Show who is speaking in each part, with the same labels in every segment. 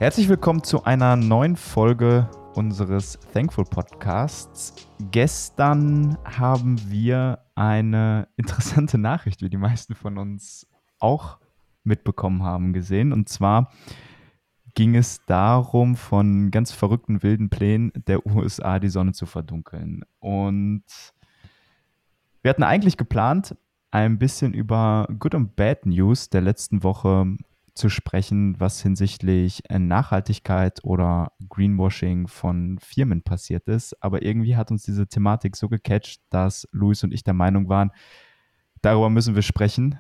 Speaker 1: Herzlich willkommen zu einer neuen Folge unseres Thankful Podcasts. Gestern haben wir eine interessante Nachricht, wie die meisten von uns auch mitbekommen haben, gesehen. Und zwar ging es darum, von ganz verrückten, wilden Plänen der USA die Sonne zu verdunkeln. Und wir hatten eigentlich geplant, ein bisschen über Good und Bad News der letzten Woche zu sprechen, was hinsichtlich Nachhaltigkeit oder Greenwashing von Firmen passiert ist. Aber irgendwie hat uns diese Thematik so gecatcht, dass Luis und ich der Meinung waren, darüber müssen wir sprechen.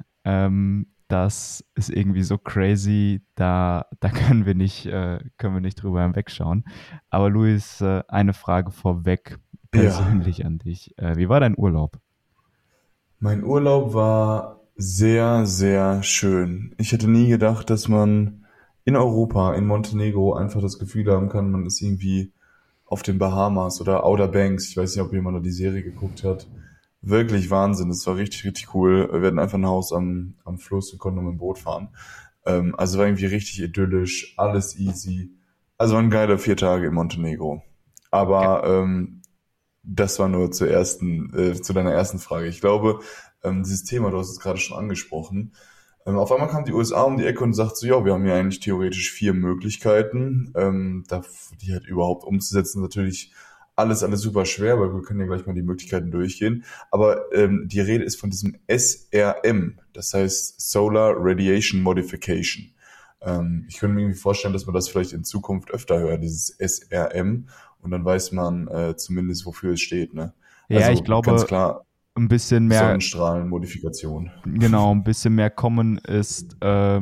Speaker 1: Das ist irgendwie so crazy, da können wir nicht drüber hinwegschauen. Aber Luis, eine Frage vorweg
Speaker 2: Ja,
Speaker 1: persönlich an dich. Wie war dein Urlaub?
Speaker 2: mein Urlaub war sehr, sehr schön. Ich hätte nie gedacht, dass man in Europa, in Montenegro, einfach das Gefühl haben kann, man ist irgendwie auf den Bahamas oder Outer Banks. Ich weiß nicht, ob jemand da die Serie geguckt hat. Wirklich Wahnsinn. Das war richtig, richtig cool. Wir hatten einfach ein Haus am Fluss und konnten mit dem Boot fahren. Also war irgendwie richtig idyllisch, alles easy. Also waren geile 4 Tage in Montenegro. Aber das war nur zu deiner ersten Frage. Ich glaube, dieses Thema, du hast es gerade schon angesprochen. Auf einmal kam die USA um die Ecke und sagt so, ja, wir haben ja eigentlich theoretisch 4 Möglichkeiten. Die halt überhaupt umzusetzen, ist natürlich alles super schwer, weil wir können ja gleich mal die Möglichkeiten durchgehen. Aber die Rede ist von diesem SRM, das heißt Solar Radiation Modification. Ich könnte mir irgendwie vorstellen, dass man das vielleicht in Zukunft öfter hört, dieses SRM. Und dann weiß man zumindest, wofür es steht, ne?
Speaker 1: Ja, ich
Speaker 2: Also ganz
Speaker 1: glaube,
Speaker 2: klar
Speaker 1: ein bisschen mehr,
Speaker 2: Sonnenstrahlenmodifikation.
Speaker 1: genau, ein bisschen mehr common ist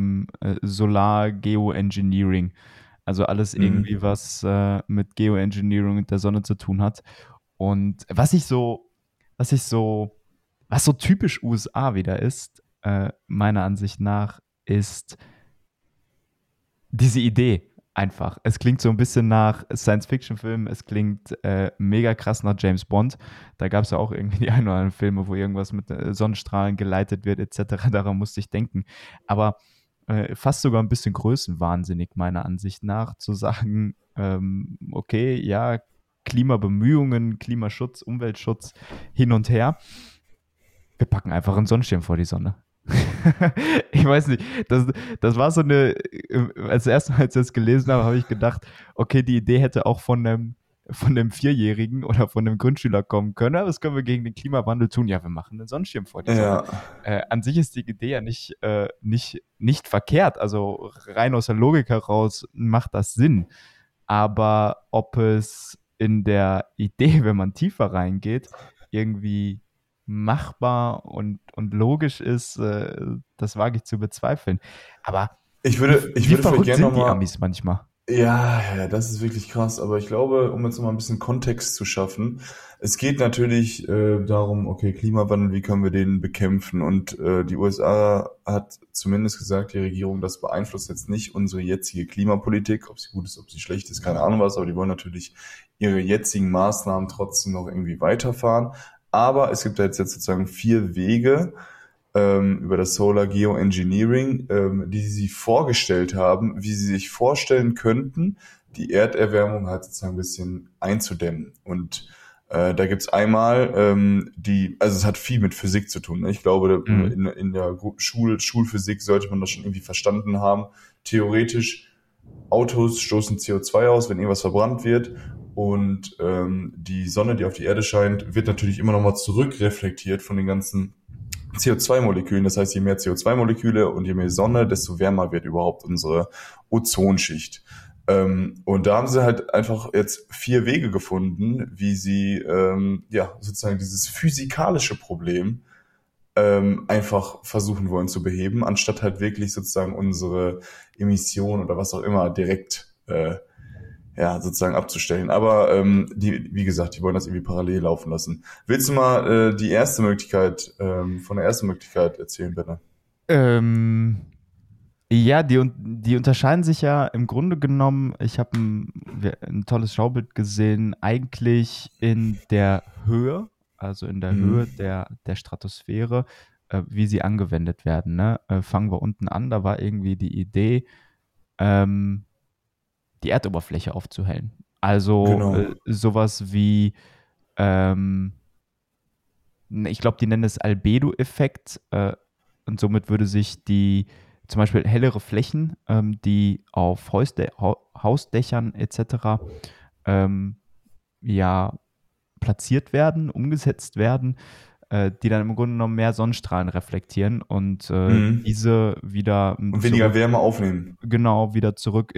Speaker 1: Solar Geoengineering. Also alles
Speaker 2: Mhm.
Speaker 1: irgendwie, was mit Geoengineering und der Sonne zu tun hat. Und was ich so, was so typisch USA wieder ist, meiner Ansicht nach, ist diese Idee einfach. Es klingt so ein bisschen nach Science-Fiction-Film, es klingt mega krass nach James Bond. Da gab es ja auch irgendwie die ein oder anderen Filme, wo irgendwas mit Sonnenstrahlen geleitet wird, etc. Daran musste ich denken. Aber fast sogar ein bisschen größenwahnsinnig, meiner Ansicht nach, zu sagen, okay, ja, Klimabemühungen, Klimaschutz, Umweltschutz hin und her. Wir packen einfach einen Sonnenschirm vor die Sonne. Ich weiß nicht, das war so eine, als erstes Mal, als ich das gelesen habe, habe ich gedacht, okay, die Idee hätte auch von einem Vierjährigen oder von einem Grundschüler kommen können. Aber was können wir gegen den Klimawandel tun? Ja, wir machen einen Sonnenschirm vor die Sonne.
Speaker 2: Ja,
Speaker 1: An sich ist die Idee ja nicht verkehrt. Also rein aus der Logik heraus macht das Sinn. Aber ob es in der Idee, wenn man tiefer reingeht, irgendwie machbar und logisch ist, das wage ich zu bezweifeln. Aber
Speaker 2: ich
Speaker 1: wie
Speaker 2: würde vielleicht
Speaker 1: verrückt
Speaker 2: gerne
Speaker 1: sind die
Speaker 2: nochmal.
Speaker 1: Amis manchmal?
Speaker 2: Ja, das ist wirklich krass. Aber ich glaube, um jetzt noch mal ein bisschen Kontext zu schaffen, es geht natürlich darum, okay, Klimawandel, wie können wir den bekämpfen? Und die USA hat zumindest gesagt, die Regierung, das beeinflusst jetzt nicht unsere jetzige Klimapolitik, ob sie gut ist, ob sie schlecht ist, keine Ahnung was, aber die wollen natürlich ihre jetzigen Maßnahmen trotzdem noch irgendwie weiterfahren. Aber es gibt da jetzt sozusagen 4 Wege, über das Solar Geoengineering, die sie vorgestellt haben, wie sie sich vorstellen könnten, die Erderwärmung halt sozusagen ein bisschen einzudämmen. Und da gibt's einmal also es hat viel mit Physik zu tun. Ne? Ich glaube,
Speaker 1: Mhm.
Speaker 2: in der Schulphysik sollte man das schon irgendwie verstanden haben. Theoretisch, Autos stoßen CO2 aus, wenn irgendwas verbrannt wird. Und die Sonne, die auf die Erde scheint, wird natürlich immer nochmal zurückreflektiert von den ganzen CO2-Molekülen. Das heißt, je mehr CO2-Moleküle und je mehr Sonne, desto wärmer wird überhaupt unsere Ozonschicht. Und da haben sie halt einfach jetzt 4 Wege gefunden, wie sie ja sozusagen dieses physikalische Problem einfach versuchen wollen zu beheben, anstatt halt wirklich sozusagen unsere Emission oder was auch immer direkt ja, sozusagen abzustellen. Aber wie gesagt, die wollen das irgendwie parallel laufen lassen. Willst du mal die erste Möglichkeit, von der ersten Möglichkeit erzählen, bitte?
Speaker 1: Ähm, ja, die unterscheiden sich ja im Grunde genommen. Ich habe ein tolles Schaubild gesehen, eigentlich in der Höhe, also in der
Speaker 2: Mhm.
Speaker 1: Höhe der Stratosphäre, wie sie angewendet werden. Ne? Fangen wir unten an, da war irgendwie die Idee, ähm, die Erdoberfläche aufzuhellen. Also
Speaker 2: Genau.
Speaker 1: sowas wie, ich glaube, die nennen es Albedo-Effekt, und somit würde sich die zum Beispiel hellere Flächen, die auf Hausdächern etc. Ähm, ja, platziert werden, umgesetzt werden, die dann im Grunde genommen mehr Sonnenstrahlen reflektieren und
Speaker 2: Mhm.
Speaker 1: diese wieder
Speaker 2: Und weniger
Speaker 1: zurück,
Speaker 2: Wärme aufnehmen.
Speaker 1: genau, wieder zurück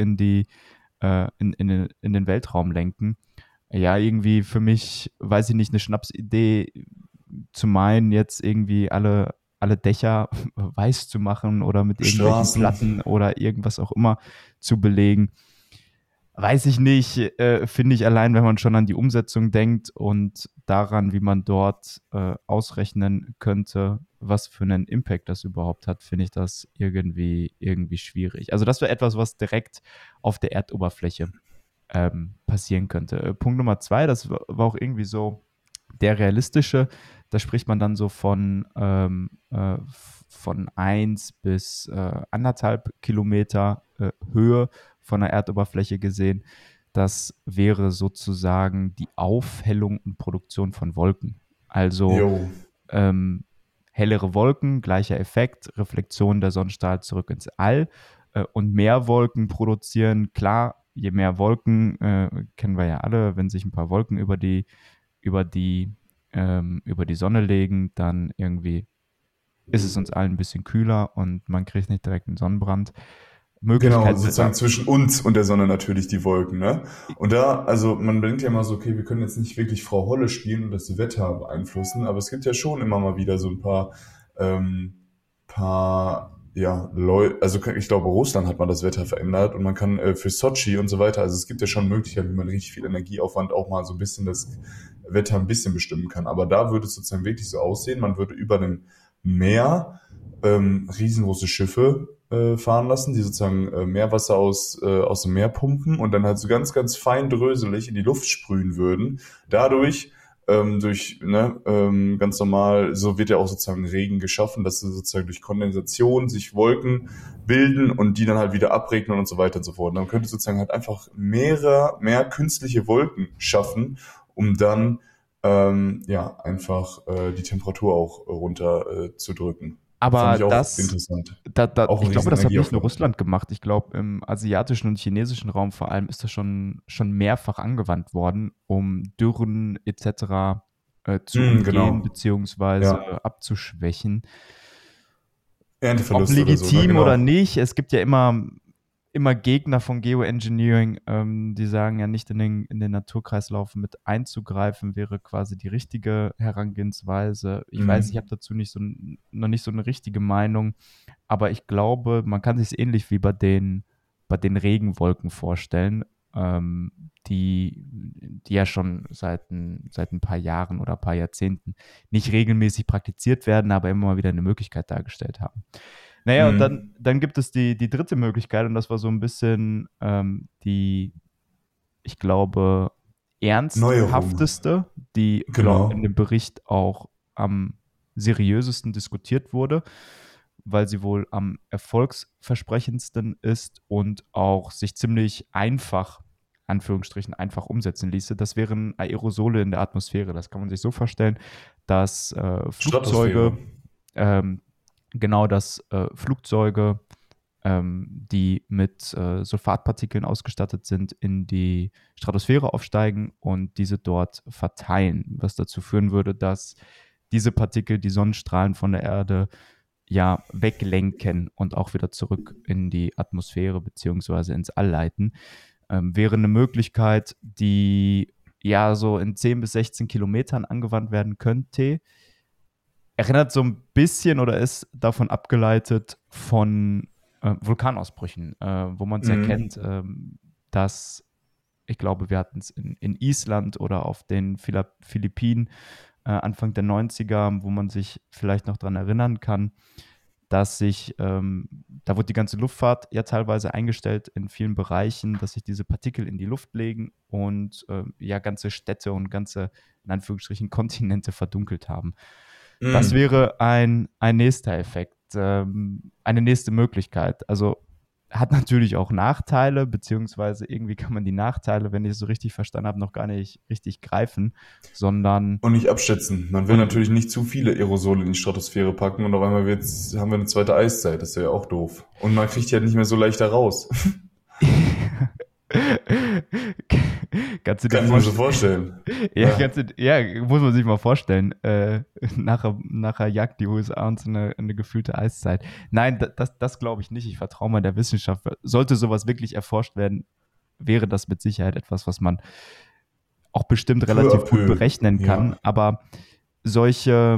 Speaker 1: in den Weltraum lenken. Ja, irgendwie für mich, weiß ich nicht, eine Schnapsidee zu meinen, jetzt irgendwie alle Dächer weiß zu machen oder mit irgendwelchen
Speaker 2: Straßen.
Speaker 1: Platten oder irgendwas auch immer zu belegen. Weiß ich nicht, finde ich allein, wenn man schon an die Umsetzung denkt und daran, wie man dort ausrechnen könnte, was für einen Impact das überhaupt hat, finde ich das irgendwie schwierig. Also das wäre etwas, was direkt auf der Erdoberfläche passieren könnte. Punkt Nummer zwei, das war auch irgendwie so der realistische. Da spricht man dann so von 1 bis 1,5 Kilometer Höhe von der Erdoberfläche gesehen. Das wäre sozusagen die Aufhellung und Produktion von Wolken. Also
Speaker 2: Jo.
Speaker 1: ähm, hellere Wolken, gleicher Effekt, Reflexion der Sonnenstrahl zurück ins All und mehr Wolken produzieren. Klar, je mehr Wolken, kennen wir ja alle, wenn sich ein paar Wolken über die, über die Sonne legen, dann irgendwie ist es uns allen ein bisschen kühler und man kriegt nicht direkt einen Sonnenbrand.
Speaker 2: Genau,
Speaker 1: Möglichkeit,
Speaker 2: sozusagen zwischen uns und der Sonne natürlich die Wolken, ne? Und da, also man denkt ja immer so, okay, wir können jetzt nicht wirklich Frau Holle spielen und das Wetter beeinflussen, aber es gibt ja schon immer mal wieder so ein ähm, ja, Leute, also ich glaube, Russland hat mal das Wetter verändert und man kann für Sochi und so weiter, also es gibt ja schon Möglichkeiten, wie man richtig viel Energieaufwand auch mal so ein bisschen das Wetter ein bisschen bestimmen kann. Aber da würde es sozusagen wirklich so aussehen, man würde über einem Meer riesengroße Schiffe fahren lassen, die sozusagen Meerwasser aus dem Meer pumpen und dann halt so ganz, ganz fein dröselig in die Luft sprühen würden. Dadurch, durch ganz normal, so wird ja auch sozusagen Regen geschaffen, dass sozusagen durch Kondensation sich Wolken bilden und die dann halt wieder abregnen und so weiter und so fort. Und dann könnte sozusagen halt einfach mehr künstliche Wolken schaffen, um dann ja einfach die Temperatur auch runter zu drücken. Fand
Speaker 1: aber
Speaker 2: ich auch interessant. Auch ein
Speaker 1: ich glaube,
Speaker 2: riesen
Speaker 1: das hat nicht nur
Speaker 2: Energieaufwand.
Speaker 1: Russland gemacht. Ich glaube, im asiatischen und chinesischen Raum vor allem ist das schon mehrfach angewandt worden, um Dürren etc. Zu umgehen
Speaker 2: Genau. Ja.
Speaker 1: beziehungsweise abzuschwächen. Ob
Speaker 2: Ernteverluste oder so, ne?
Speaker 1: legitim oder
Speaker 2: Genau.
Speaker 1: nicht, es gibt ja immer Gegner von Geoengineering, die sagen ja nicht in den Naturkreislauf mit einzugreifen, wäre quasi die richtige Herangehensweise. Ich weiß, ich habe
Speaker 2: Mhm.
Speaker 1: dazu noch nicht so eine richtige Meinung, aber ich glaube, man kann sich es ähnlich wie bei den Regenwolken vorstellen, die ja schon seit ein paar Jahren oder ein paar Jahrzehnten nicht regelmäßig praktiziert werden, aber immer mal wieder eine Möglichkeit dargestellt haben. Naja, und
Speaker 2: Mhm.
Speaker 1: dann gibt es die dritte Möglichkeit, und das war so ein bisschen die, ich glaube,
Speaker 2: Neuerung.
Speaker 1: ernsthafteste, die in
Speaker 2: Genau.
Speaker 1: dem Bericht auch am seriösesten diskutiert wurde, weil sie wohl am erfolgsversprechendsten ist und auch sich ziemlich einfach, Anführungsstrichen, einfach umsetzen ließe. Das wären Aerosole in der Atmosphäre. Das kann man sich so vorstellen, dass
Speaker 2: Stratosphäre.
Speaker 1: ähm, Flugzeuge, die mit Sulfatpartikeln ausgestattet sind, in die Stratosphäre aufsteigen und diese dort verteilen, was dazu führen würde, dass diese Partikel die Sonnenstrahlen von der Erde ja weglenken und auch wieder zurück in die Atmosphäre beziehungsweise ins All leiten. Wäre eine Möglichkeit, die ja so in 10 bis 16 Kilometern angewandt werden könnte. Erinnert so ein bisschen oder ist davon abgeleitet von Vulkanausbrüchen, wo man es ja kennt,
Speaker 2: Mhm.
Speaker 1: dass ich glaube, wir hatten es in Island oder auf den Philippinen Anfang der 90er, wo man sich vielleicht noch dran erinnern kann, dass da wurde die ganze Luftfahrt ja teilweise eingestellt in vielen Bereichen, dass sich diese Partikel in die Luft legen und ja ganze Städte und ganze, in Anführungsstrichen, Kontinente verdunkelt haben. Das
Speaker 2: Mhm.
Speaker 1: wäre ein nächster Effekt, eine nächste Möglichkeit. Also hat natürlich auch Nachteile, beziehungsweise irgendwie kann man die Nachteile, wenn ich es so richtig verstanden habe, noch gar nicht richtig greifen, sondern
Speaker 2: Und nicht abschätzen. Man will
Speaker 1: und
Speaker 2: natürlich nicht zu viele Aerosole in die Stratosphäre packen und auf einmal haben wir eine zweite Eiszeit. Das wäre ja auch doof. Und man kriegt die halt nicht mehr so leicht da raus.
Speaker 1: kannst du dir
Speaker 2: Kann ich mir so
Speaker 1: vorstellen,
Speaker 2: vorstellen.
Speaker 1: ja,
Speaker 2: Ja.
Speaker 1: muss man sich mal vorstellen, nachher jagt die USA uns in eine gefühlte Eiszeit. Nein, das glaube ich nicht. Ich vertraue mal der Wissenschaft. Sollte sowas wirklich erforscht werden, wäre das mit Sicherheit etwas, was man auch bestimmt
Speaker 2: Peu à
Speaker 1: relativ gut
Speaker 2: peu.
Speaker 1: berechnen kann.
Speaker 2: Ja.
Speaker 1: Aber solche,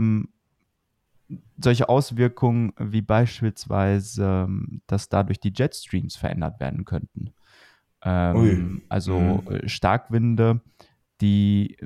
Speaker 1: solche Auswirkungen wie beispielsweise, dass dadurch die Jetstreams verändert werden könnten.
Speaker 2: Ui.
Speaker 1: Also
Speaker 2: Mhm.
Speaker 1: Starkwinde, die,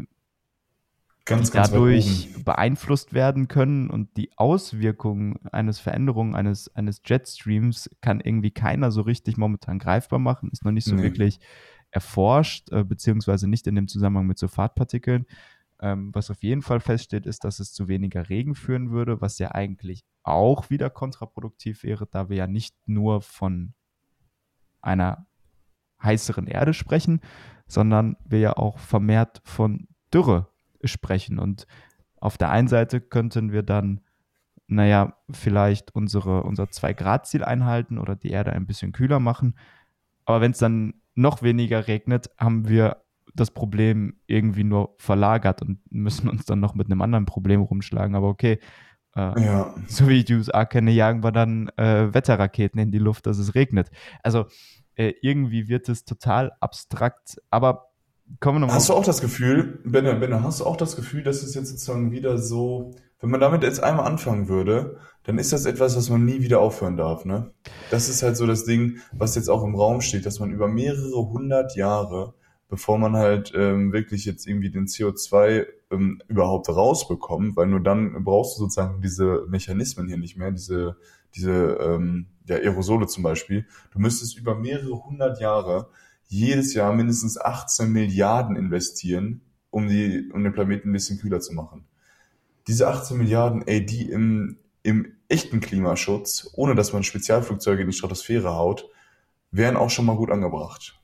Speaker 1: die
Speaker 2: Ganz, ganz weit
Speaker 1: dadurch
Speaker 2: oben.
Speaker 1: beeinflusst werden können, und die Auswirkungen eines Veränderung eines Jetstreams kann irgendwie keiner so richtig momentan greifbar machen, ist noch nicht so
Speaker 2: Nee.
Speaker 1: wirklich erforscht, beziehungsweise nicht in dem Zusammenhang mit so Fahrtpartikeln. Was auf jeden Fall feststeht, ist, dass es zu weniger Regen führen würde, was ja eigentlich auch wieder kontraproduktiv wäre, da wir ja nicht nur von einer heißeren Erde sprechen, sondern wir ja auch vermehrt von Dürre sprechen. Und auf der einen Seite könnten wir dann, naja, vielleicht unser 2-Grad-Ziel einhalten oder die Erde ein bisschen kühler machen. Aber wenn es dann noch weniger regnet, haben wir das Problem irgendwie nur verlagert und müssen uns dann noch mit einem anderen Problem rumschlagen. Aber okay, äh,
Speaker 2: Ja.
Speaker 1: so wie ich die USA kenne, jagen wir dann Wetterraketen in die Luft, dass es regnet. Also irgendwie wird es total abstrakt. Aber kommen wir
Speaker 2: Hast
Speaker 1: nochmal.
Speaker 2: du auch das Gefühl, Benne, hast du auch das Gefühl, dass es jetzt sozusagen wieder so, wenn man damit jetzt einmal anfangen würde, dann ist das etwas, was man nie wieder aufhören darf, ne? Das ist halt so das Ding, was jetzt auch im Raum steht, dass man über mehrere hundert Jahre, bevor man halt wirklich jetzt irgendwie den CO2 überhaupt rausbekommt, weil nur dann brauchst du sozusagen diese Mechanismen hier nicht mehr, diese ja, Aerosole zum Beispiel. Du müsstest über mehrere hundert Jahre jedes Jahr mindestens 18 Milliarden investieren, um den Planeten ein bisschen kühler zu machen. Diese 18 Milliarden, ey, die im echten Klimaschutz, ohne dass man Spezialflugzeuge in die Stratosphäre haut, wären auch schon mal gut angebracht.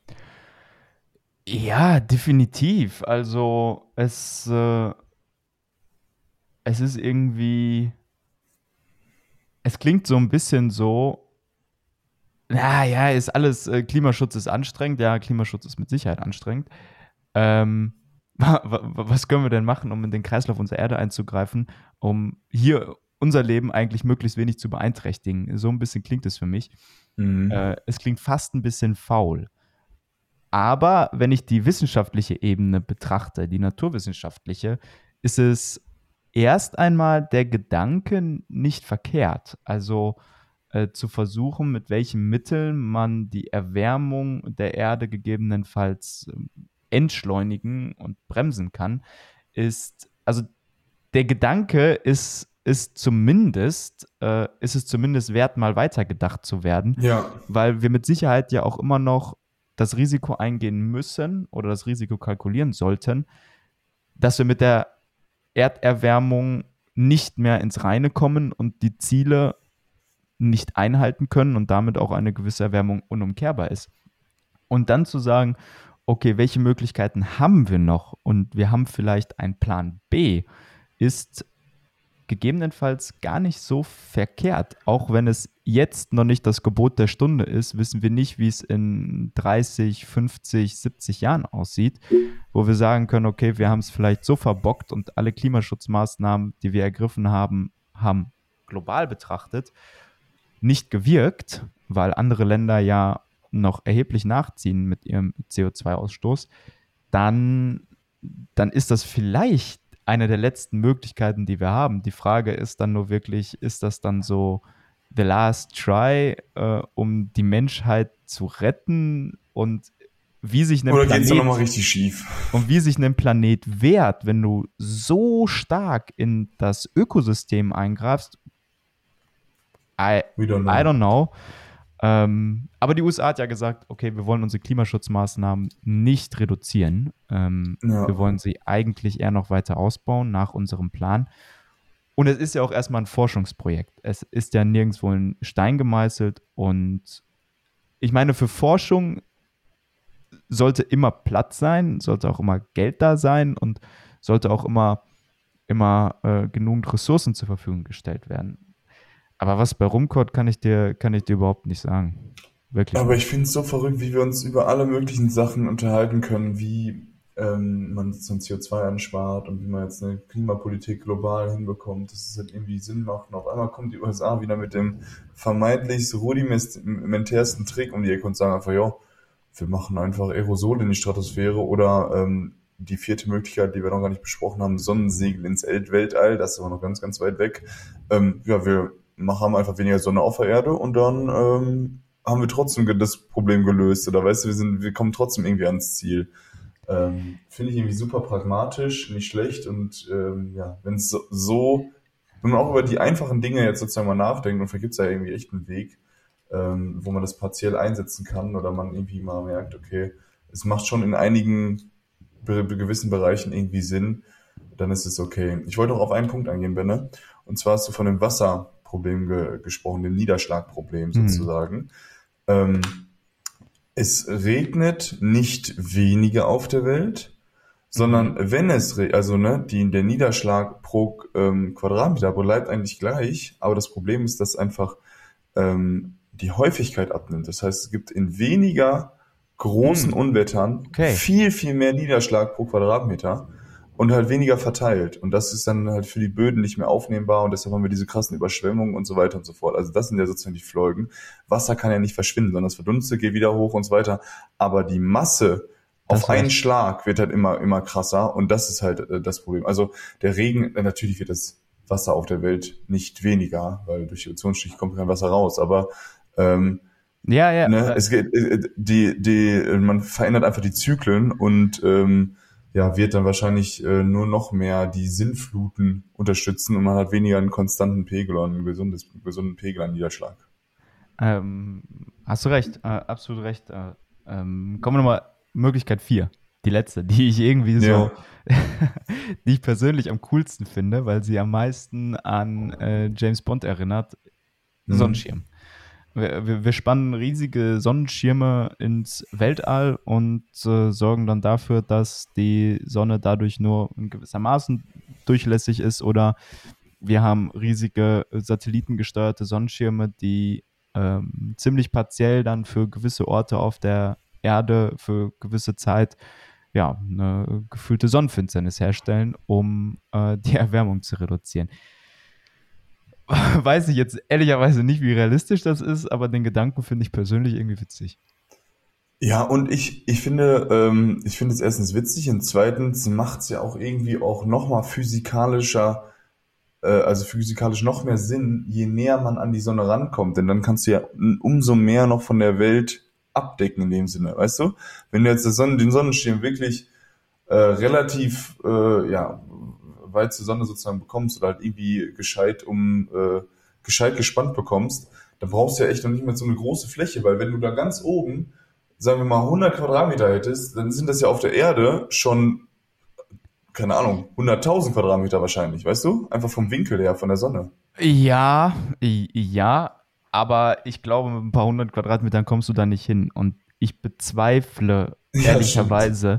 Speaker 1: Ja, definitiv. Also es ist irgendwie, es klingt so ein bisschen so, ja, ist alles, Klimaschutz ist anstrengend. Ja, Klimaschutz ist mit Sicherheit anstrengend. Ähm, was können wir denn machen, um in den Kreislauf unserer Erde einzugreifen, um hier unser Leben eigentlich möglichst wenig zu beeinträchtigen? So ein bisschen klingt es für mich.
Speaker 2: Mhm.
Speaker 1: Es klingt fast ein bisschen faul. Aber wenn ich die wissenschaftliche Ebene betrachte, die naturwissenschaftliche, ist es erst einmal der Gedanke nicht verkehrt. Also zu versuchen, mit welchen Mitteln man die Erwärmung der Erde gegebenenfalls entschleunigen und bremsen kann, also der Gedanke ist es zumindest wert, mal weitergedacht zu werden,
Speaker 2: Ja,
Speaker 1: weil wir mit Sicherheit ja auch immer noch das Risiko eingehen müssen oder das Risiko kalkulieren sollten, dass wir mit der Erderwärmung nicht mehr ins Reine kommen und die Ziele nicht einhalten können und damit auch eine gewisse Erwärmung unumkehrbar ist. Und dann zu sagen, okay, welche Möglichkeiten haben wir noch und wir haben vielleicht einen Plan B, ist gegebenenfalls gar nicht so verkehrt. Auch wenn es jetzt noch nicht das Gebot der Stunde ist, wissen wir nicht, wie es in 30, 50, 70 Jahren aussieht, wo wir sagen können, okay, wir haben es vielleicht so verbockt und alle Klimaschutzmaßnahmen, die wir ergriffen haben, haben global betrachtet nicht gewirkt, weil andere Länder ja noch erheblich nachziehen mit ihrem CO2-Ausstoß, dann, dann ist das vielleicht eine der letzten Möglichkeiten, die wir haben. Die Frage ist dann nur wirklich, ist das dann so the last try, um die Menschheit zu retten,
Speaker 2: oder geht's dann nochmal richtig schief?
Speaker 1: wie sich ein Planet wehrt, wenn du so stark in das Ökosystem eingreifst. I,
Speaker 2: We don't
Speaker 1: I
Speaker 2: know.
Speaker 1: don't know. Aber die USA hat ja gesagt, okay, wir wollen unsere Klimaschutzmaßnahmen nicht reduzieren. Wir
Speaker 2: Ja.
Speaker 1: wollen sie eigentlich eher noch weiter ausbauen nach unserem Plan. Und es ist ja auch erstmal ein Forschungsprojekt. Es ist ja nirgendwo in Stein gemeißelt und ich meine, für Forschung sollte immer Platz sein, sollte auch immer Geld da sein und sollte auch immer genügend Ressourcen zur Verfügung gestellt werden. Aber was bei rumkommt, kann ich dir überhaupt nicht sagen. Wirklich
Speaker 2: Aber
Speaker 1: nicht.
Speaker 2: ich finde es so verrückt, wie wir uns über alle möglichen Sachen unterhalten können, wie man so ein CO2 anspart und wie man jetzt eine Klimapolitik global hinbekommt, dass es halt irgendwie Sinn macht. Und auf einmal kommt die USA wieder mit dem vermeintlich rudimentärsten Trick um die Ecke und sagen einfach, ja, wir machen einfach Aerosol in die Stratosphäre oder die vierte Möglichkeit, die wir noch gar nicht besprochen haben, Sonnensegel ins Weltall, das ist aber noch ganz, ganz weit weg. Ja, haben einfach weniger Sonne auf der Erde und dann haben wir trotzdem das Problem gelöst. Oder weißt du, wir kommen trotzdem irgendwie ans Ziel. Finde ich irgendwie super pragmatisch, nicht schlecht und ja, wenn es wenn man auch über die einfachen Dinge jetzt sozusagen mal nachdenkt und vielleicht gibt es ja irgendwie echt einen Weg, wo man das partiell einsetzen kann oder man irgendwie mal merkt, okay, es macht schon in einigen gewissen Bereichen irgendwie Sinn, dann ist es okay. Ich wollte noch auf einen Punkt eingehen, Benne, und zwar hast du von dem Wasserproblem gesprochen, dem Niederschlagproblem
Speaker 1: Hm.
Speaker 2: sozusagen. Ähm, Es regnet nicht weniger auf der Welt,
Speaker 1: Mhm.
Speaker 2: sondern wenn also ne, der Niederschlag pro Quadratmeter bleibt eigentlich gleich, aber das Problem ist, dass einfach die Häufigkeit abnimmt. Das heißt, es gibt in weniger großen
Speaker 1: Hm.
Speaker 2: Unwettern
Speaker 1: Okay.
Speaker 2: viel, viel mehr Niederschlag pro Quadratmeter und halt weniger verteilt. Und das ist dann halt für die Böden nicht mehr aufnehmbar und deshalb haben wir diese krassen Überschwemmungen und so weiter und so fort. Also das sind ja sozusagen die Folgen. Wasser kann ja nicht verschwinden, sondern es verdunstet, geht wieder hoch und so weiter. Aber die Masse
Speaker 1: Da
Speaker 2: auf
Speaker 1: hast du
Speaker 2: einen
Speaker 1: recht.
Speaker 2: Schlag wird halt immer krasser und das ist halt das Problem. Also der Regen, natürlich wird das Wasser auf der Welt nicht weniger, weil durch die Ozonschicht kommt kein Wasser raus, aber ähm,
Speaker 1: Ja, ja.
Speaker 2: ne, es geht, man verändert einfach die Zyklen und ja, wird dann wahrscheinlich nur noch mehr die Sintfluten unterstützen und man hat weniger einen konstanten Pegel und einen gesunden Pegel an Niederschlag.
Speaker 1: Hast du recht, absolut recht. Kommen wir nochmal Möglichkeit 4, die letzte, die ich irgendwie so,
Speaker 2: Ja.
Speaker 1: die ich persönlich am coolsten finde, weil sie am meisten an James Bond erinnert.
Speaker 2: Mhm.
Speaker 1: Sonnenschirm. Wir spannen riesige Sonnenschirme ins Weltall und sorgen dann dafür, dass die Sonne dadurch nur in gewissermaßen durchlässig ist, oder wir haben riesige satellitengesteuerte Sonnenschirme, die ziemlich partiell dann für gewisse Orte auf der Erde für gewisse Zeit ja, eine gefühlte Sonnenfinsternis herstellen, um die Erwärmung zu reduzieren. Weiß ich jetzt ehrlicherweise nicht, wie realistisch das ist, aber den Gedanken finde ich persönlich irgendwie witzig.
Speaker 2: Ja, und ich finde es erstens witzig und zweitens macht es ja auch irgendwie auch nochmal also physikalisch noch mehr Sinn, je näher man an die Sonne rankommt, denn dann kannst du ja umso mehr noch von der Welt abdecken in dem Sinne, weißt du? Wenn du jetzt den Sonnenschirm wirklich relativ ja, weit zur Sonne sozusagen bekommst oder halt irgendwie gescheit gespannt bekommst, dann brauchst du ja echt noch nicht mehr so eine große Fläche, weil wenn du da ganz oben, sagen wir mal, 100 Quadratmeter hättest, dann sind das ja auf der Erde schon, keine Ahnung, 100.000 Quadratmeter wahrscheinlich, weißt du? Einfach vom Winkel her, von der Sonne.
Speaker 1: Ja, ja, aber ich glaube, mit ein paar hundert Quadratmetern kommst du da nicht hin. Und ich bezweifle
Speaker 2: Ja, stimmt.
Speaker 1: ehrlicherweise,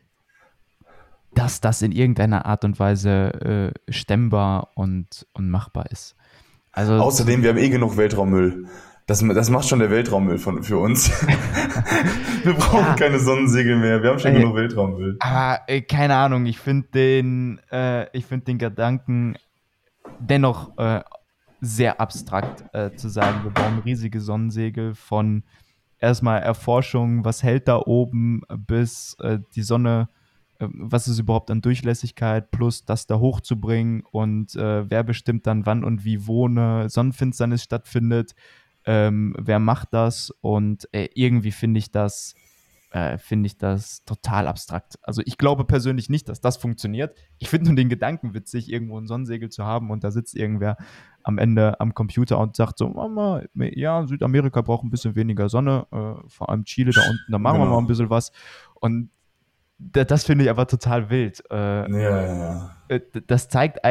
Speaker 1: dass das in irgendeiner Art und Weise stemmbar und machbar ist. Also,
Speaker 2: Außerdem, wir haben eh genug Weltraummüll. Das macht schon der Weltraummüll für uns. Wir brauchen
Speaker 1: ja,
Speaker 2: keine Sonnensegel mehr. Wir haben schon
Speaker 1: äh,
Speaker 2: genug Weltraummüll.
Speaker 1: aber keine Ahnung, ich finde den Gedanken dennoch sehr abstrakt zu sagen, wir bauen riesige Sonnensegel von erstmal Erforschung, was hält da oben, bis die Sonne, was ist überhaupt an Durchlässigkeit, plus das da hochzubringen und wer bestimmt dann, wann und wie wo eine Sonnenfinsternis stattfindet, wer macht das, und irgendwie finde ich das total abstrakt. Also ich glaube persönlich nicht, dass das funktioniert. Ich finde nur den Gedanken witzig, irgendwo ein Sonnensegel zu haben und da sitzt irgendwer am Ende am Computer und sagt so, Mama, ja, Südamerika braucht ein bisschen weniger Sonne, vor allem Chile da unten, da machen wir mal ein
Speaker 2: Genau.
Speaker 1: bisschen was. Und das finde ich aber total wild.
Speaker 2: Ja, ja, ja.
Speaker 1: Das zeigt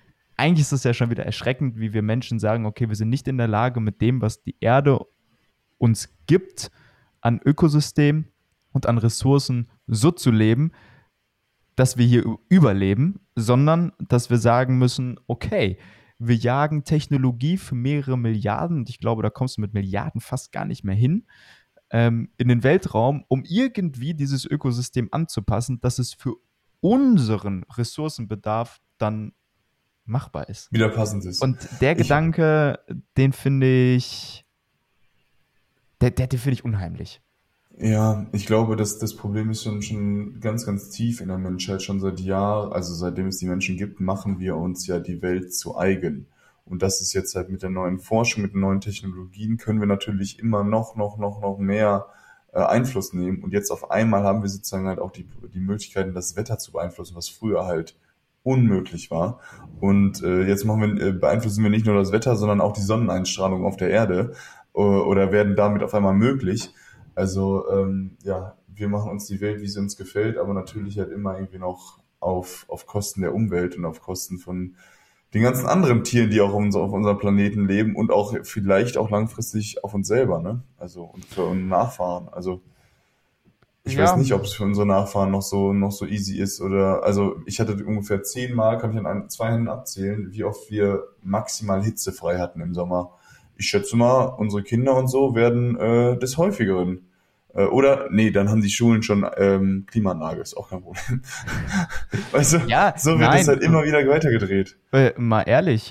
Speaker 1: eigentlich ist es ja schon wieder erschreckend, wie wir Menschen sagen, okay, wir sind nicht in der Lage, mit dem, was die Erde uns gibt, an Ökosystem und an Ressourcen so zu leben, dass wir hier überleben, sondern dass wir sagen müssen, okay, wir jagen Technologie für mehrere Milliarden, und ich glaube, da kommst du mit Milliarden fast gar nicht mehr hin, in den Weltraum, um irgendwie dieses Ökosystem anzupassen, dass es für unseren Ressourcenbedarf dann machbar ist.
Speaker 2: Wieder passend ist.
Speaker 1: Und der
Speaker 2: Ich,
Speaker 1: Gedanke, den finde ich, den finde ich unheimlich.
Speaker 2: Ja, ich glaube, dass das Problem ist schon ganz, ganz tief in der Menschheit. Schon seit Jahren, also seitdem es die Menschen gibt, machen wir uns ja die Welt zu eigen. Und das ist jetzt halt mit der neuen Forschung, mit den neuen Technologien, können wir natürlich immer noch mehr Einfluss nehmen. Und jetzt auf einmal haben wir sozusagen halt auch die Möglichkeiten, das Wetter zu beeinflussen, was früher halt unmöglich war. Und jetzt beeinflussen wir nicht nur das Wetter, sondern auch die Sonneneinstrahlung auf der Erde oder werden damit auf einmal möglich. Also ja, wir machen uns die Welt, wie sie uns gefällt, aber natürlich halt immer irgendwie noch auf Kosten der Umwelt und auf Kosten von den ganzen anderen Tieren, die auch auf unserem Planeten leben und auch vielleicht auch langfristig auf uns selber, ne? Also und für unsere Nachfahren. Also ich weiß
Speaker 1: Ja,
Speaker 2: nicht, ob es für unsere Nachfahren noch so easy ist oder also ich hatte ungefähr 10 Mal, kann ich an zwei Händen abzählen, wie oft wir maximal hitzefrei hatten im Sommer. Ich schätze mal, unsere Kinder und so werden des Häufigeren. Oder, nee, dann haben die Schulen schon Klimaanlage, ist auch kein Problem. Weißt du,
Speaker 1: ja,
Speaker 2: so wird es
Speaker 1: nein,
Speaker 2: halt immer wieder weitergedreht.
Speaker 1: mal ehrlich,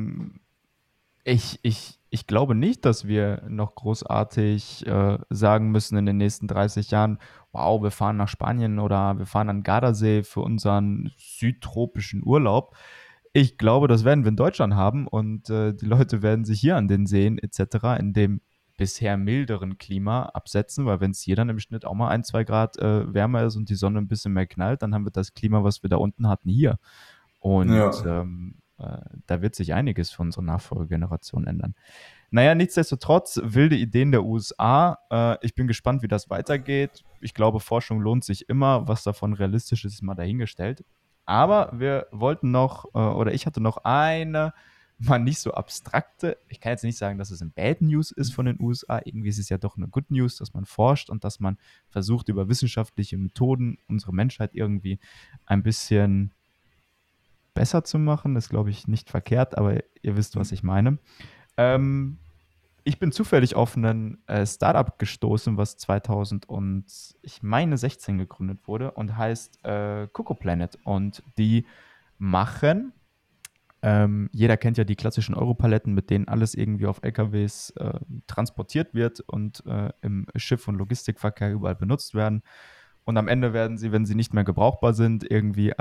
Speaker 1: ich glaube nicht, dass wir noch großartig sagen müssen in den nächsten 30 Jahren, wow, wir fahren nach Spanien oder wir fahren an den Gardasee für unseren südtropischen Urlaub. Ich glaube, das werden wir in Deutschland haben, und die Leute werden sich hier an den Seen etc. in dem bisher milderen Klima absetzen, weil wenn es hier dann im Schnitt auch mal 1, 2 Grad wärmer ist und die Sonne ein bisschen mehr knallt, dann haben wir das Klima, was wir da unten hatten, hier. Und
Speaker 2: Ja.
Speaker 1: da wird sich einiges für unsere Nachfolgegeneration ändern. Naja, nichtsdestotrotz, wilde Ideen der USA. Ich bin gespannt, wie das weitergeht. Ich glaube, Forschung lohnt sich immer. Was davon realistisch ist, ist mal dahingestellt. Aber wir wollten noch, oder ich hatte noch eine, mal nicht so abstrakte. Ich kann jetzt nicht sagen, dass es ein Bad News ist von den USA. Irgendwie ist es ja doch eine Good News, dass man forscht und dass man versucht, über wissenschaftliche Methoden unsere Menschheit irgendwie ein bisschen besser zu machen. Ist, glaube ich, nicht verkehrt, aber ihr wisst, was ich meine. Ähm, Ich bin zufällig auf ein Startup gestoßen, was 2000 und ich meine 16 gegründet wurde und heißt Coco Planet. Und die machen, jeder kennt ja die klassischen Europaletten, mit denen alles irgendwie auf LKWs transportiert wird und im Schiff- und Logistikverkehr überall benutzt werden. Und am Ende werden sie, wenn sie nicht mehr gebrauchbar sind, irgendwie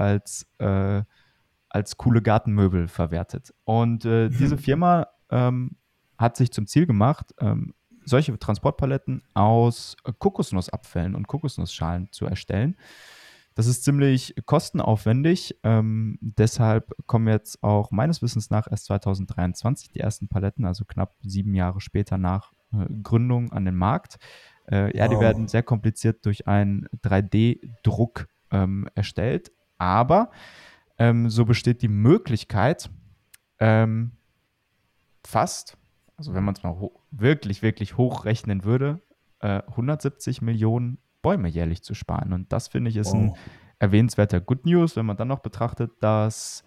Speaker 1: als coole Gartenmöbel verwertet. Und diese Firma hat sich zum Ziel gemacht, solche Transportpaletten aus Kokosnussabfällen und Kokosnussschalen zu erstellen. Das ist ziemlich kostenaufwendig. Deshalb kommen jetzt auch meines Wissens nach erst 2023 die ersten Paletten, also knapp 7 Jahre später nach Gründung, an den Markt. Ja, die werden
Speaker 2: Wow.
Speaker 1: sehr kompliziert durch einen 3D-Druck erstellt, aber so besteht die Möglichkeit, ähm, fast, also wenn man es mal wirklich, wirklich hochrechnen würde, 170 Millionen Bäume jährlich zu sparen. Und das finde ich ist ein
Speaker 2: Wow.
Speaker 1: erwähnenswerter Good News, wenn man dann noch betrachtet, dass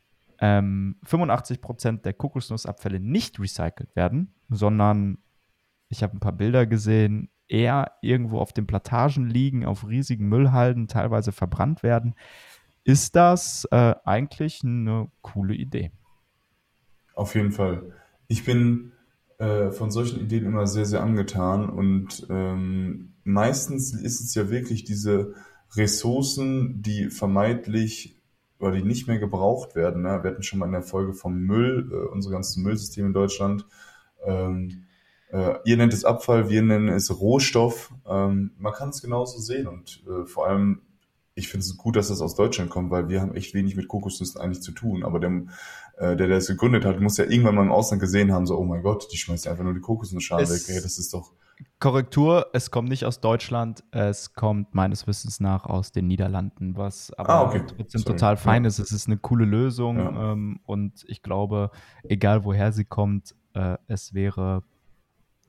Speaker 1: 85% der Kokosnussabfälle nicht recycelt werden, sondern ich habe ein paar Bilder gesehen, eher irgendwo auf den Plantagen liegen, auf riesigen Müllhalden, teilweise verbrannt werden. Ist das eigentlich eine coole Idee?
Speaker 2: Auf jeden Fall. Ich bin von solchen Ideen immer sehr, sehr angetan und meistens ist es ja wirklich diese Ressourcen, die vermeintlich oder die nicht mehr gebraucht werden. Ne? Wir hatten schon mal in der Folge vom Müll, unsere ganzen Müllsysteme in Deutschland. Ähm, ihr nennt es Abfall, wir nennen es Rohstoff. Man kann es genauso sehen und vor allem, ich finde es gut, dass das aus Deutschland kommt, weil wir haben echt wenig mit Kokosnüssen eigentlich zu tun. Aber der es gegründet hat, muss ja irgendwann mal im Ausland gesehen haben, so, oh mein Gott, die schmeißt ja einfach nur die Kokosnussschalen weg. Hey,
Speaker 1: Es
Speaker 2: das ist doch,
Speaker 1: Korrektur, es kommt nicht aus Deutschland, es kommt meines Wissens nach aus den Niederlanden, was aber
Speaker 2: okay,
Speaker 1: trotzdem
Speaker 2: sorry,
Speaker 1: total fein
Speaker 2: ja,
Speaker 1: ist. Es ist eine coole Lösung,
Speaker 2: ja.
Speaker 1: und ich glaube, egal woher sie kommt, es wäre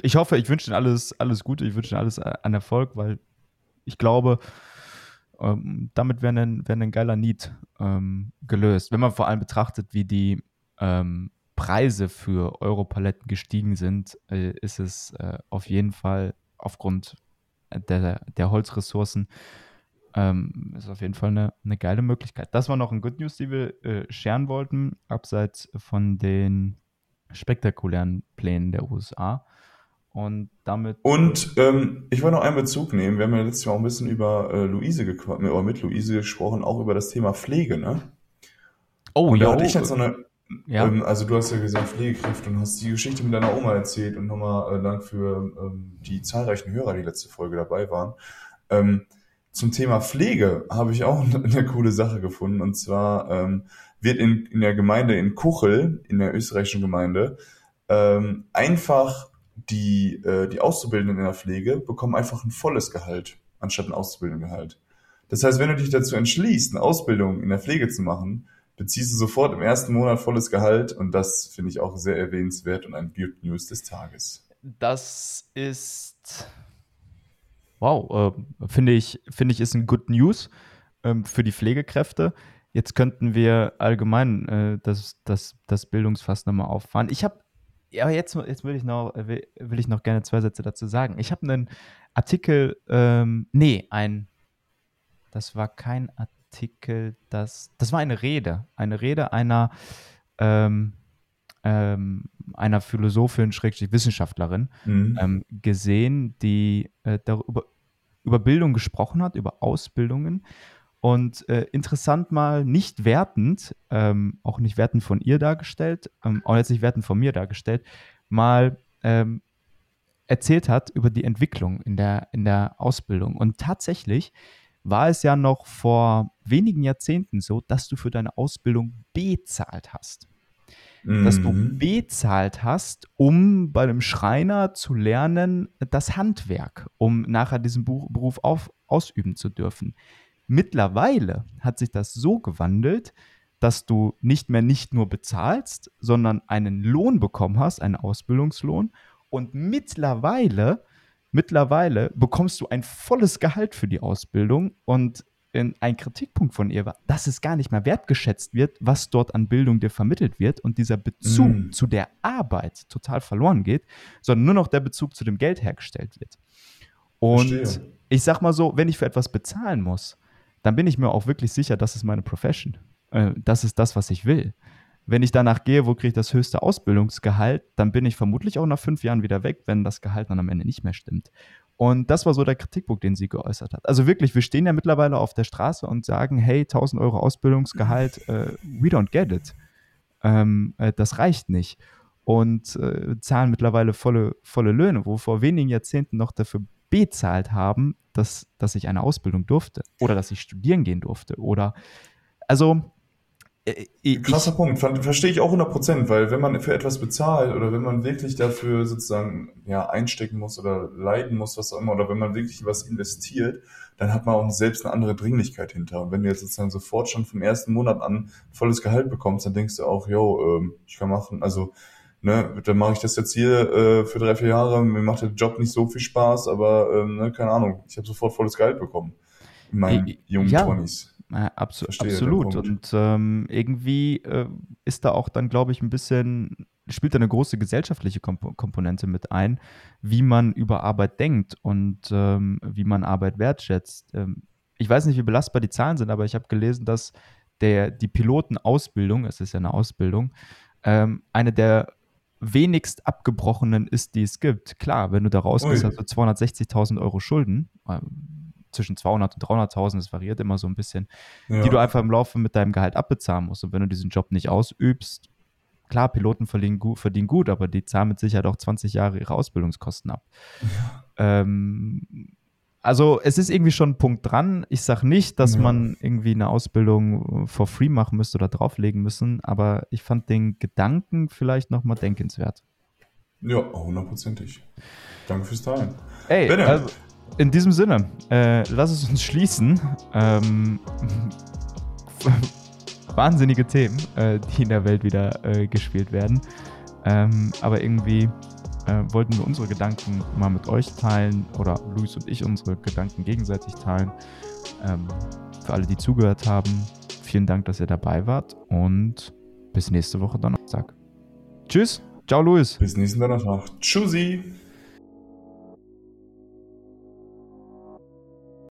Speaker 1: ich hoffe, ich wünsche Ihnen alles Gute, ich wünsche Ihnen alles an Erfolg, weil ich glaube, damit wäre ein geiler Need gelöst. Wenn man vor allem betrachtet, wie die Preise für Europaletten gestiegen sind, ist es auf jeden Fall aufgrund der Holzressourcen ist auf jeden Fall eine geile Möglichkeit. Das war noch ein Good News, die wir scheren wollten, abseits von den spektakulären Plänen der USA. Und damit.
Speaker 2: Und ich wollte noch einen Bezug nehmen. Wir haben ja letztes Mal auch ein bisschen über mit Luise gesprochen, auch über das Thema Pflege, ne?
Speaker 1: Oh,
Speaker 2: Und da
Speaker 1: ja.
Speaker 2: hatte ich jetzt so eine,
Speaker 1: Ja.
Speaker 2: also du hast ja gesagt Pflegekräfte und hast die Geschichte mit deiner Oma erzählt und nochmal Dank für die zahlreichen Hörer, die letzte Folge dabei waren. Zum Thema Pflege habe ich auch eine coole Sache gefunden, und zwar wird in der Gemeinde in Kuchel, in der österreichischen Gemeinde, einfach die Auszubildenden in der Pflege bekommen einfach ein volles Gehalt, anstatt ein Auszubildendengehalt. Das heißt, wenn du dich dazu entschließt, eine Ausbildung in der Pflege zu machen, beziehst du sofort im ersten Monat volles Gehalt, und das finde ich auch sehr erwähnenswert und ein Good News des Tages.
Speaker 1: Das ist, wow, finde ich ist ein Good News für die Pflegekräfte. Jetzt könnten wir allgemein das Bildungsfass nochmal auffahren. Aber jetzt will ich noch gerne 2 Sätze dazu sagen. Ich habe einen Artikel, das war kein Artikel, das war eine Rede einer Philosophin, Wissenschaftlerin,
Speaker 2: Mhm.
Speaker 1: gesehen, die darüber über Bildung gesprochen hat, über Ausbildungen. Und interessant mal, nicht wertend, auch nicht wertend von ihr dargestellt, auch jetzt nicht wertend von mir dargestellt, mal erzählt hat über die Entwicklung in der Ausbildung. Und tatsächlich war es ja noch vor wenigen Jahrzehnten so, dass du für deine Ausbildung bezahlt hast. Dass du
Speaker 2: Mhm.
Speaker 1: bezahlt hast, um bei einem Schreiner zu lernen, das Handwerk, um nachher diesen Beruf ausüben zu dürfen. Mittlerweile hat sich das so gewandelt, dass du nicht nur bezahlst, sondern einen Lohn bekommen hast, einen Ausbildungslohn. Und mittlerweile bekommst du ein volles Gehalt für die Ausbildung. Und ein Kritikpunkt von ihr war, dass es gar nicht mehr wertgeschätzt wird, was dort an Bildung dir vermittelt wird und dieser Bezug
Speaker 2: Mhm.
Speaker 1: zu der Arbeit total verloren geht, sondern nur noch der Bezug zu dem Geld hergestellt wird. Und
Speaker 2: Verstehe.
Speaker 1: ich sag mal so, wenn ich für etwas bezahlen muss, dann bin ich mir auch wirklich sicher, das ist meine Profession. Das ist das, was ich will. Wenn ich danach gehe, wo kriege ich das höchste Ausbildungsgehalt, dann bin ich vermutlich auch nach 5 Jahren wieder weg, wenn das Gehalt dann am Ende nicht mehr stimmt. Und das war so der Kritikpunkt, den sie geäußert hat. Also wirklich, wir stehen ja mittlerweile auf der Straße und sagen, hey, 1.000 Euro Ausbildungsgehalt, we don't get it. Das reicht nicht. Und zahlen mittlerweile volle Löhne, wo vor wenigen Jahrzehnten noch dafür bezahlt haben, dass ich eine Ausbildung durfte oder dass ich studieren gehen durfte. Oder also
Speaker 2: Krasser Punkt. Verstehe ich auch 100%, weil wenn man für etwas bezahlt oder wenn man wirklich dafür sozusagen ja einstecken muss oder leiden muss, was auch immer, oder wenn man wirklich was investiert, dann hat man auch selbst eine andere Dringlichkeit hinter. Und wenn du jetzt sozusagen sofort schon vom ersten Monat an volles Gehalt bekommst, dann denkst du auch, yo, ich kann machen, also ne, dann mache ich das jetzt hier für 3, 4 Jahre. Mir macht der Job nicht so viel Spaß, aber ne, keine Ahnung, ich habe sofort volles Gehalt bekommen in meinen jungen
Speaker 1: ja,
Speaker 2: Twenties. Verstehe den
Speaker 1: absolut.
Speaker 2: Punkt.
Speaker 1: Und irgendwie ist da auch dann, glaube ich, spielt da eine große gesellschaftliche Komponente mit ein, wie man über Arbeit denkt und wie man Arbeit wertschätzt. Ich weiß nicht, wie belastbar die Zahlen sind, aber ich habe gelesen, dass die Pilotenausbildung, es ist ja eine Ausbildung, eine der wenigst abgebrochenen ist, die es gibt. Klar, wenn du da rausgehst, hast
Speaker 2: Ui,
Speaker 1: du 260.000 Euro Schulden, zwischen 200 und 300.000, das variiert immer so ein bisschen, die du
Speaker 2: ja.
Speaker 1: einfach im Laufe mit deinem Gehalt abbezahlen musst. Und wenn du diesen Job nicht ausübst, klar, Piloten verdienen gut, aber die zahlen mit Sicherheit auch 20 Jahre ihre Ausbildungskosten ab. Also es ist irgendwie schon ein Punkt dran. Ich sage nicht, dass
Speaker 2: Ja,
Speaker 1: man irgendwie eine Ausbildung for free machen müsste oder drauflegen müssen, aber ich fand den Gedanken vielleicht nochmal denkenswert.
Speaker 2: ja, hundertprozentig. Danke fürs Teilen.
Speaker 1: Ey,
Speaker 2: Benne,
Speaker 1: also in diesem Sinne, lass es uns schließen. Wahnsinnige Themen, die in der Welt wieder gespielt werden. Aber irgendwie wollten wir unsere Gedanken mal mit euch teilen oder Luis und ich unsere Gedanken gegenseitig teilen. Für alle, die zugehört haben, vielen Dank, dass ihr dabei wart und bis nächste Woche Donnerstag. Tschüss, ciao Luis.
Speaker 2: Bis nächsten Donnerstag. Tschüssi.